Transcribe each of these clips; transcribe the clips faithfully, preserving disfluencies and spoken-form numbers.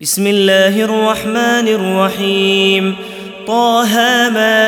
بسم الله الرحمن الرحيم طه ما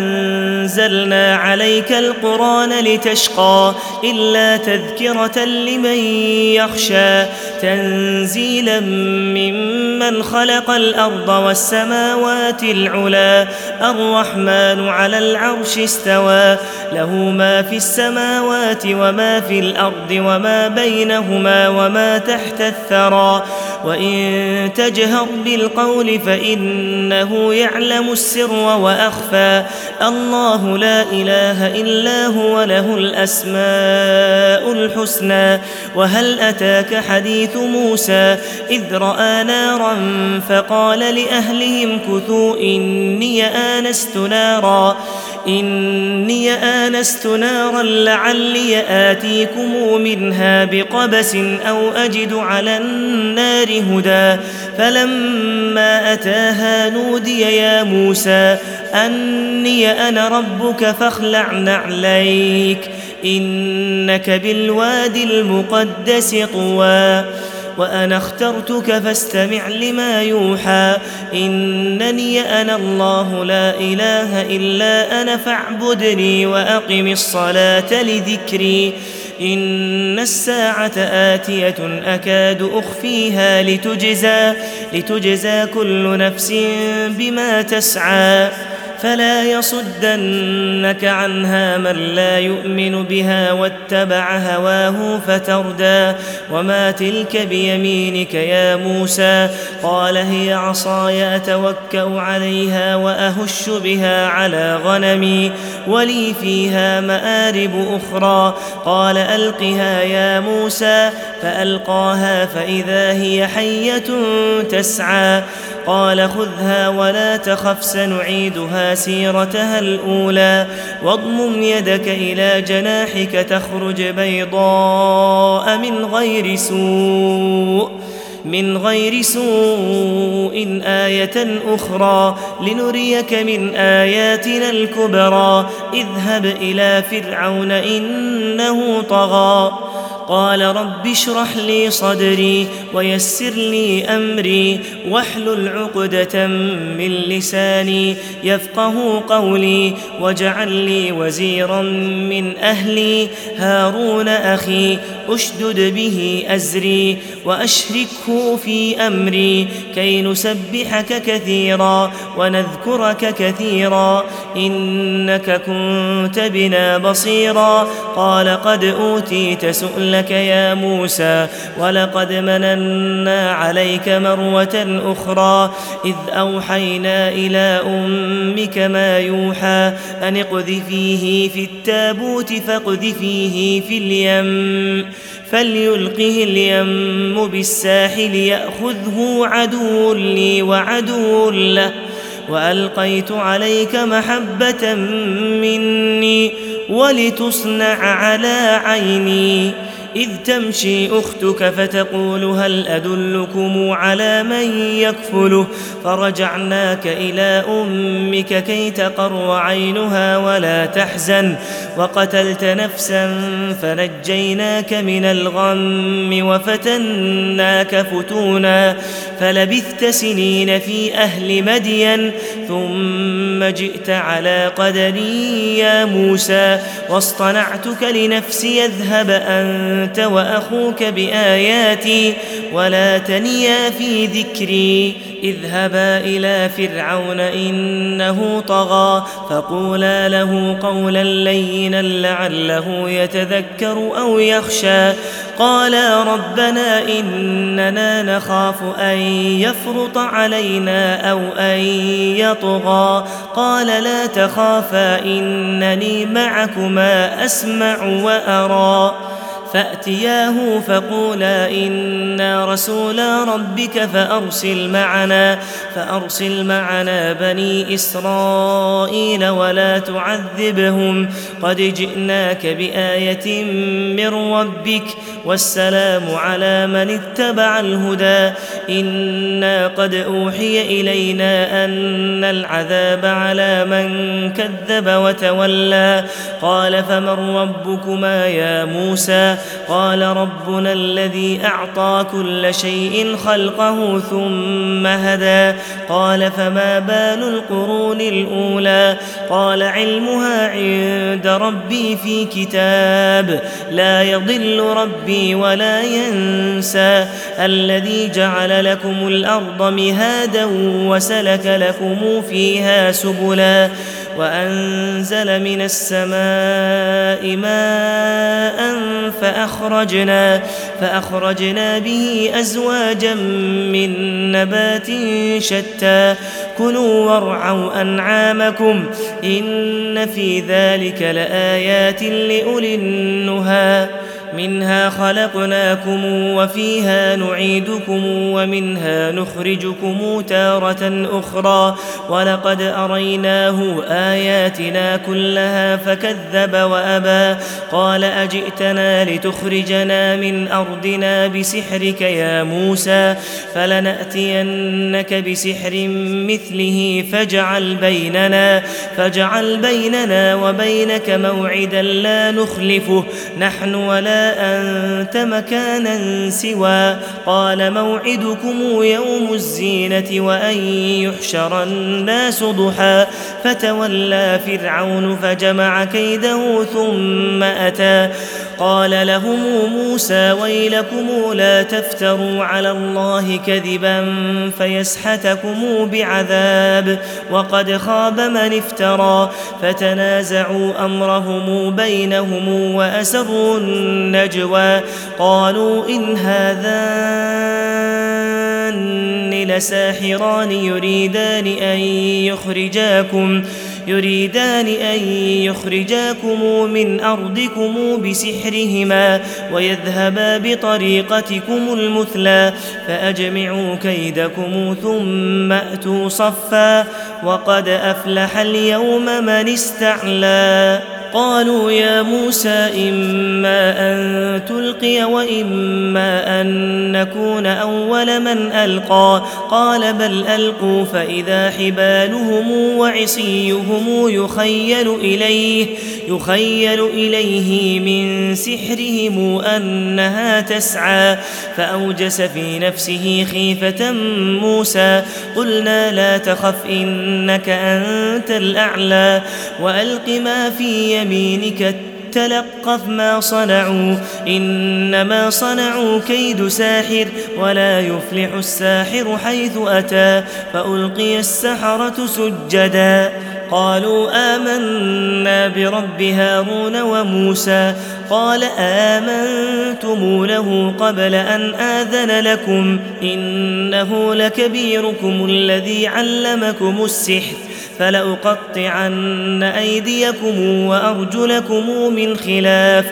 أنزلنا عليك القرآن لتشقى إلا تذكرة لمن يخشى تنزيلا ممن خلق الأرض والسماوات العلى الرحمن على العرش استوى له ما في السماوات وما في الأرض وما بينهما وما تحت الثرى وإن تجهر بالقول فإنه يعلم السر وأخفى الله لا إله إلا هو له الأسماء الحسنى وهل أتاك حديث موسى إذ رأى نارا فقال لأهلهم كثوا إني آنست نارا إني آنست نارا لعلي آتيكم منها بقبس أو أجد على النار هدى فلما أتاها نودي يا موسى أني أنا ربك فاخلع نعليك إنك بالوادي المقدس طوى وأنا اخترتك فاستمع لما يوحى إنني أنا الله لا إله إلا أنا فاعبدني وأقم الصلاة لذكري إن الساعة آتية أكاد أخفيها لتجزى, لتجزى كل نفس بما تسعى فلا يصدنك عنها من لا يؤمن بها واتبع هواه فتردى وما تلك بيمينك يا موسى قال هي عصاي أتوكأ عليها وأهش بها على غنمي ولي فيها مآرب أخرى قال ألقها يا موسى فألقاها فإذا هي حية تسعى قال خذها ولا تخف سنعيدها سيرتها الأولى واضمم يدك إلى جناحك تخرج بيضاء من غير سوء من غير سوء آية أخرى لنريك من آياتنا الكبرى اذهب إلى فرعون إنه طغى قال رب اشرح لي صدري ويسر لي أمري واحلل عقدة من لساني يفقه قولي واجعل لي وزيرا من أهلي هارون أخي أشدد به أزري وأشركه في أمري كي نسبحك كثيرا ونذكرك كثيرا إنك كنت بنا بصيرا قال قد أوتيت سؤلك يا موسى ولقد مننا عليك مرة أخرى إذ أوحينا إلى أمك ما يوحى أن اقذفيه في التابوت فاقذفيه في اليم فليلقه اليم بالساحل يأخذه عدو لي وعدو له وألقيت عليك محبة مني ولتصنع على عيني إذ تمشي أختك فتقول هل أدلكم على من يكفله فرجعناك إلى أمك كي تقر عينها ولا تحزن وقتلت نفسا فنجيناك من الغم وفتناك فتونا فلبثت سنين في أهل مدين ثم جئت على قدري يا موسى واصطنعتك لنفسي اذهب أنت أنت وأخوك بآياتي ولا تنيا في ذكري اذهبا إلى فرعون إنه طغى فقولا له قولا لينا لعله يتذكر أو يخشى قالا ربنا إننا نخاف أن يفرط علينا أو أن يطغى قال لا تخافا إنني معكما أسمع وأرى فأتياه فقولا إنا رسولا ربك فأرسل معنا فأرسل معنا بني إسرائيل ولا تعذبهم قد جئناك بآية من ربك والسلام على من اتبع الهدى إنا قد أوحي إلينا أن العذاب على من كذب وتولى قال فمن ربكما يا موسى قال ربنا الذي أعطى كل شيء خلقه ثم هدى قال فما بال القرون الأولى قال علمها عند ربي في كتاب لا يضل ربي ولا ينسى الذي جعل لكم الأرض مهادا وسلك لكم فيها سبلا وأنزل من السماء ماء فأخرجنا, فأخرجنا به أزواجا من نبات شتى كلوا وارعوا أنعامكم إن في ذلك لآيات لأولي النهى منها خلقناكم وفيها نعيدكم ومنها نخرجكم تارة أخرى ولقد أريناه آياتنا كلها فكذب وأبى قال أجئتنا لتخرجنا من أرضنا بسحرك يا موسى فلنأتينك بسحر مثله فاجعل بيننا, فاجعل بيننا وبينك موعدا لا نخلفه نحن ولا أنت مكانا سوى قال موعدكم يوم الزينة وأن يحشر الناس ضحى فتولى فرعون فجمع كيده ثم أتى قال لهم موسى ويلكم لا تفتروا على الله كذبا فيسحتكم بعذاب وقد خاب من افترى فتنازعوا أمرهم بينهم وأسروا النجوى قالوا إن هذان لساحران يريدان أن يخرجاكم يريدان أن يخرجاكم من أرضكم بسحرهما ويذهبا بطريقتكم المثلى فأجمعوا كيدكم ثم أتوا صفا وقد أفلح اليوم من استعلى قالوا يا موسى إما أن تلقي وإما أن نكون أول من ألقى قال بل ألقوا فإذا حبالهم وعصيهم يخيل إليه, يخيل إليه من سحرهم أنها تسعى فأوجس في نفسه خيفة موسى قلنا لا تخف إنك أنت الأعلى وألق ما في يمينك تلقف ما صنعوا إنما صنعوا كيد ساحر ولا يفلح الساحر حيث أتى فألقي السحرة سجدا قالوا آمنا برب هارون وموسى قال آمنتم له قبل أن آذن لكم إنه لكبيركم الذي علمكم السحر فلأقطعن أيديكم وأرجلكم من خلاف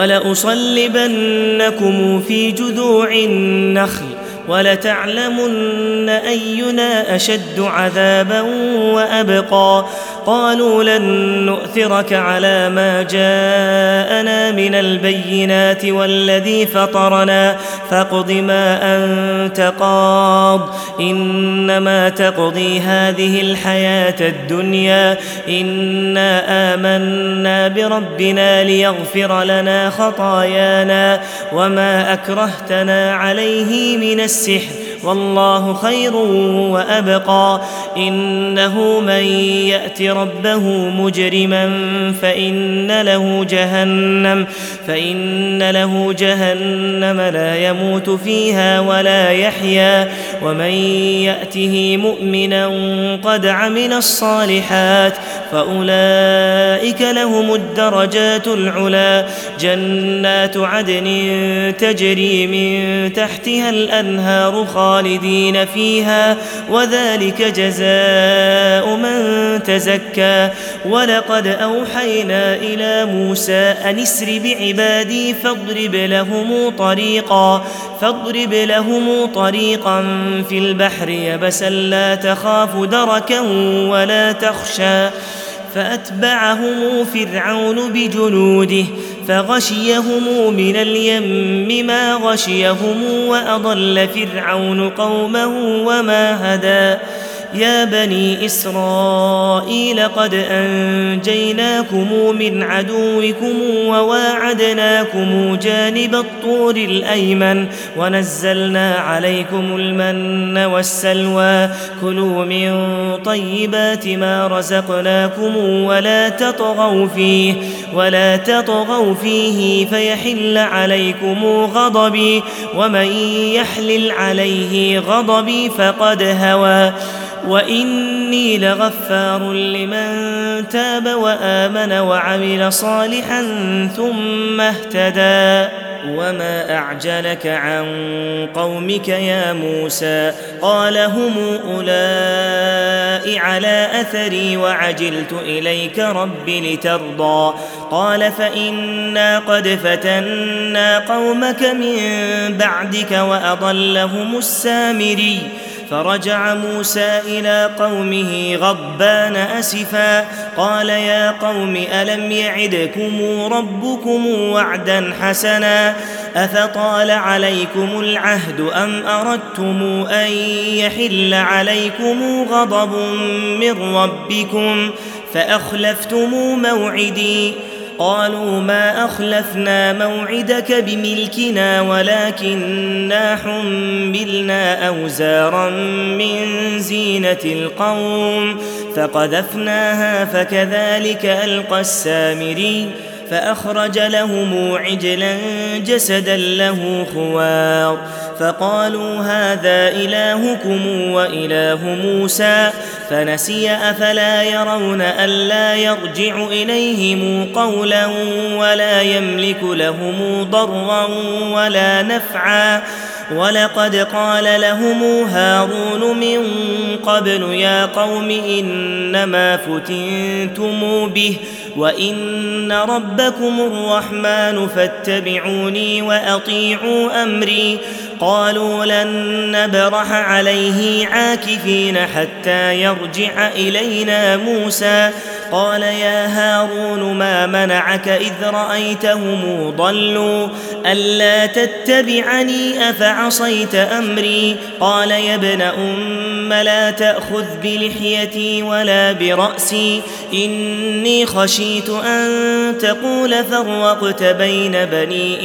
ولأصلبنكم في جذوع النخل ولتعلمن أينا أشد عذابا وأبقى قالوا لن نؤثرك على ما جاءنا من البينات والذي فطرنا فاقض ما أنت قاض إنما تقضي هذه الحياة الدنيا إنا آمنا بربنا ليغفر لنا خطايانا وما أكرهتنا عليه من السحر والله خير وأبقى إنه من يأت ربه مجرما فإن له جهنم فإن له جهنم لا يموت فيها ولا يحيا ومن يأته مؤمنا قد عمل الصالحات فأولئك لهم الدرجات العلا جنات عدن تجري من تحتها الأنهار خالدين فيها وذلك جزاء من تزكى ولقد أوحينا إلى موسى أن اسر بعبادي فاضرب لهم طريقا فاضرب لهم طريقا في البحر يبسا لا تخاف دركا ولا تخشى فأتبعهم فرعون بجنوده فغشيهم من اليم ما غشيهم وأضل فرعون قومه وما هدى يا بني إسرائيل قد أنجيناكم من عدوكم وواعدناكم جانب الطور الأيمن ونزلنا عليكم المن والسلوى كلوا من طيبات ما رزقناكم ولا تطغوا فيه ولا تطغوا فيه فيحل عليكم غضبي ومن يحلل عليه غضبي فقد هوى وإني لغفار لمن تاب وآمن وعمل صالحا ثم اهتدى وما أعجلك عن قومك يا موسى قال هم أولئك على أثري وعجلت إليك رب لترضى قال فإنا قد فتنا قومك من بعدك وأضلهم السامري فرجع موسى إلى قومه غضبان أسفا قال يا قوم ألم يعدكم ربكم وعدا حسنا أفطال عليكم العهد أم أردتم أن يحل عليكم غضب من ربكم فأخلفتم موعدي قالوا ما أخلفنا موعدك بملكنا ولكننا حملنا أوزارا من زينة القوم فقذفناها فكذلك ألقى السامري فأخرج لهم عجلا جسدا له خوار فقالوا هذا إلهكم وإله موسى فنسي أفلا يرون ألا يرجع إليهم قولا ولا يملك لهم ضرا ولا نفعا ولقد قال لهم هارون من قبل يا قوم إنما فتنتم به وإن ربكم الرحمن فاتبعوني وأطيعوا أمري قالوا لن نبرح عليه عاكفين حتى يرجع إلينا موسى قال يا هارون ما منعك إذ رأيتهم ضلوا ألا تتبعني أفعصيت أمري قال يا ابن أم لا تأخذ بلحيتي ولا برأسي إني خشيت أن تقول فرقت بين بني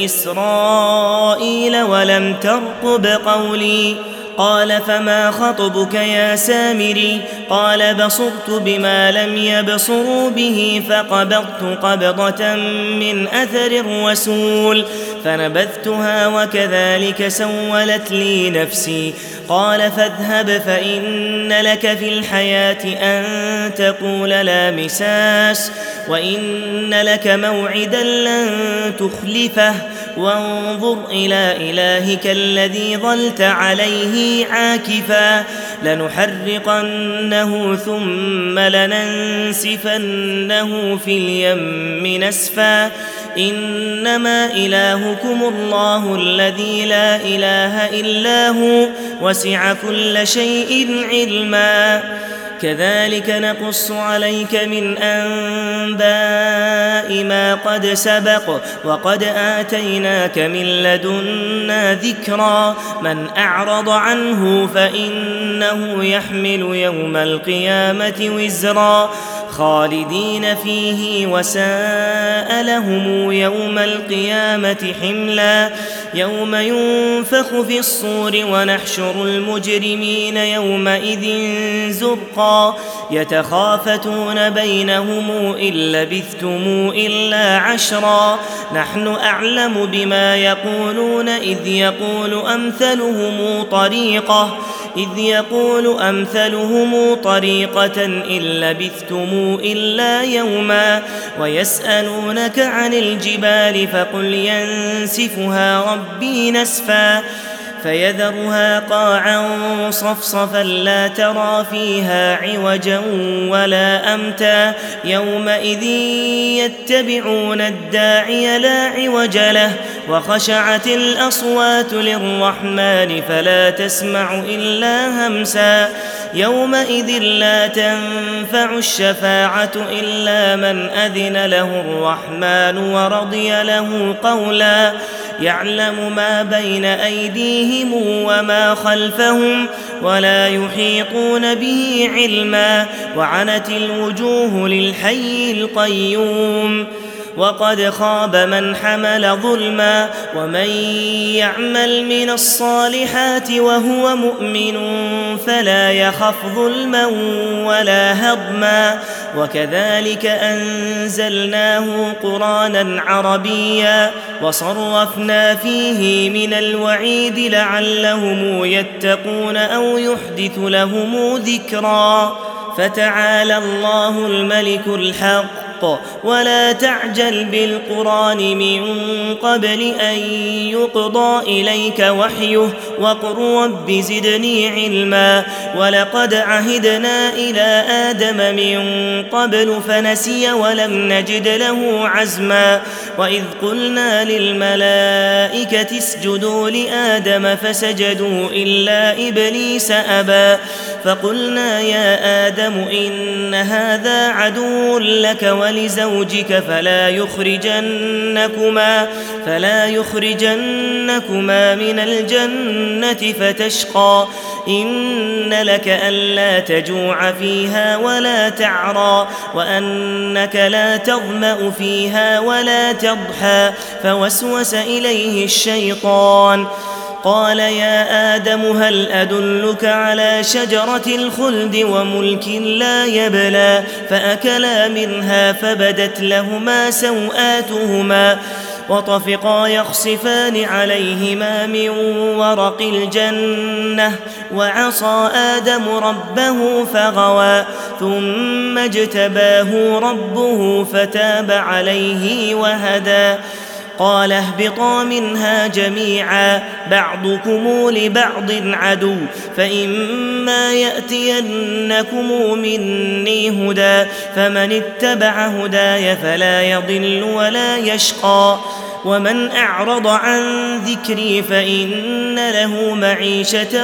إسرائيل ولم ترقب قولي قال فما خطبك يا سامري قال بصرت بما لم يبصروا به فقبضت قبضة من أثر الرسول فنبذتها وكذلك سولت لي نفسي قال فاذهب فإن لك في الحياة أن تقول لا مساس وإن لك موعدا لن تخلفه وانظر إلى إلهك الذي ظلت عليه عاكفا لنحرقنه ثم لننسفنه في اليم نسفا إنما إلهكم الله الذي لا إله إلا هو وسع كل شيء علما كذلك نقص عليك من أنباء ما قد سبق وقد آتيناك من لدنا ذكرا من أعرض عنه فإنه يحمل يوم القيامة وزرا خالدين فيه وساء لهم يوم القيامة حملا يوم ينفخ في الصور ونحشر المجرمين يومئذ زرقا يتخافتون بينهم إن لبثتم إلا عشرا نحن أعلم بما يقولون إذ يقول أمثلهم طريقة إذ يقول أمثلهم طريقة إن لبثتم إلا يوما ويسألونك عن الجبال فقل ينسفها ربي نسفا فيذرها قاعا صفصفا لا ترى فيها عوجا ولا أمتا يومئذ يتبعون الداعي لا عوج له وخشعت الأصوات للرحمن فلا تسمع إلا همسا يومئذ لا تنفع الشفاعة إلا من أذن له الرحمن ورضي له قولا يعلم ما بين أيديهم وما خلفهم ولا يحيطون به علما وعنت الوجوه للحي القيوم وقد خاب من حمل ظلما ومن يعمل من الصالحات وهو مؤمن فلا يخف ظلما ولا هضما وكذلك أنزلناه قرآنا عربيا وصرفنا فيه من الوعيد لعلهم يتقون أو يحدث لهم ذكرا فتعالى الله الملك الحق ولا تعجل بالقرآن من قبل أن يقضى إليك وحيه وقل رب زدني علما ولقد عهدنا إلى آدم من قبل فنسي ولم نجد له عزما وإذ قلنا للملائكة اسجدوا لآدم فسجدوا إلا إبليس أبى فقلنا يا آدم إن هذا عدو لك ولزوجك فلا يخرجنكما فلا يخرجنكما من الجنة فتشقى إن لك ألا تجوع فيها ولا تعرى وأنك لا تظمأ فيها ولا تضحى فوسوس إليه الشيطان قال يا آدم هل أدلك على شجرة الخلد وملك لا يبلى فأكلا منها فبدت لهما سوآتهما وطفقا يخصفان عليهما من ورق الجنة وعصى آدم ربه فغوى ثم اجتباه ربه فتاب عليه وهدى قال اهبطا منها جميعا بعضكم لبعض عدو فإما يأتينكم مني هدى فمن اتبع هداي فلا يضل ولا يشقى ومن أعرض عن ذكري فإن له معيشة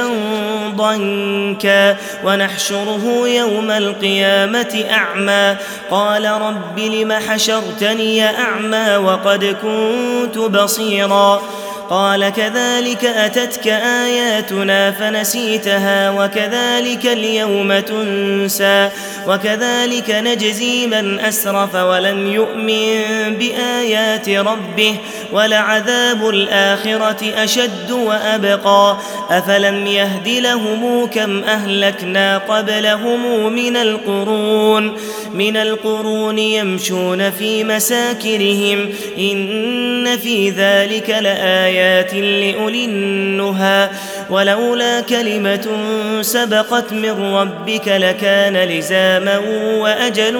ضنكا ونحشره يوم القيامة أعمى قال رب لم حشرتني أعمى وقد كنت بصيرا قال كذلك أتتك آياتنا فنسيتها وكذلك اليوم تنسى وكذلك نجزي من أسرف ولم يؤمن بآيات ربه ولعذاب الآخرة أشد وأبقى أفلم يهد لهم كم أهلكنا قبلهم من القرون من القرون يمشون في مساكنهم إن في ذلك لآيات آيات لأولي النهى ولولا كلمة سبقت من ربك لكان لزاما وأجل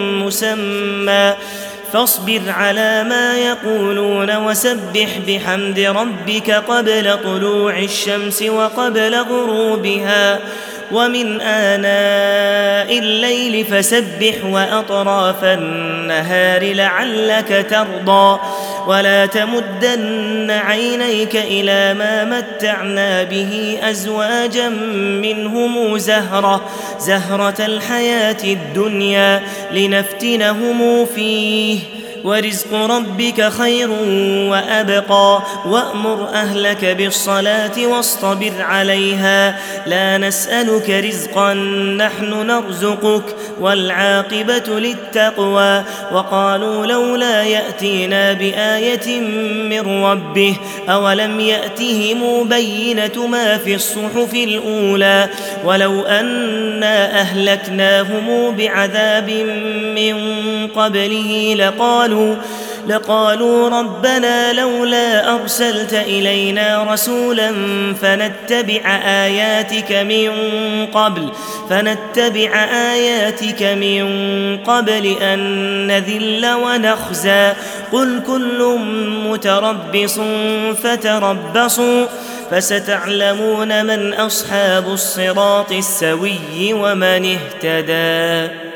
مسمى فاصبر على ما يقولون وسبح بحمد ربك قبل طلوع الشمس وقبل غروبها ومن آناء الليل فسبح وأطراف النهار لعلك ترضى ولا تمدن عينيك إلى ما متعنا به أزواجا منهم زهرة زهرة الحياة الدنيا لنفتنهم فيه ورزق ربك خير وأبقى وأمر أهلك بالصلاة واصطبر عليها لا نسألك رزقا نحن نرزقك والعاقبة للتقوى وقالوا لولا يأتينا بآية من ربه أولم يأتهم بينة ما في الصحف الأولى ولو أنا أهلكناهم بعذاب من قبله لقالوا لقالوا ربنا لولا أرسلت إلينا رسولا فنتبع آياتك من قبل فنتبع آياتك من قبل أن نذل ونخزى قل كل متربص فتربصوا فستعلمون من أصحاب الصراط السوي ومن اهتدى.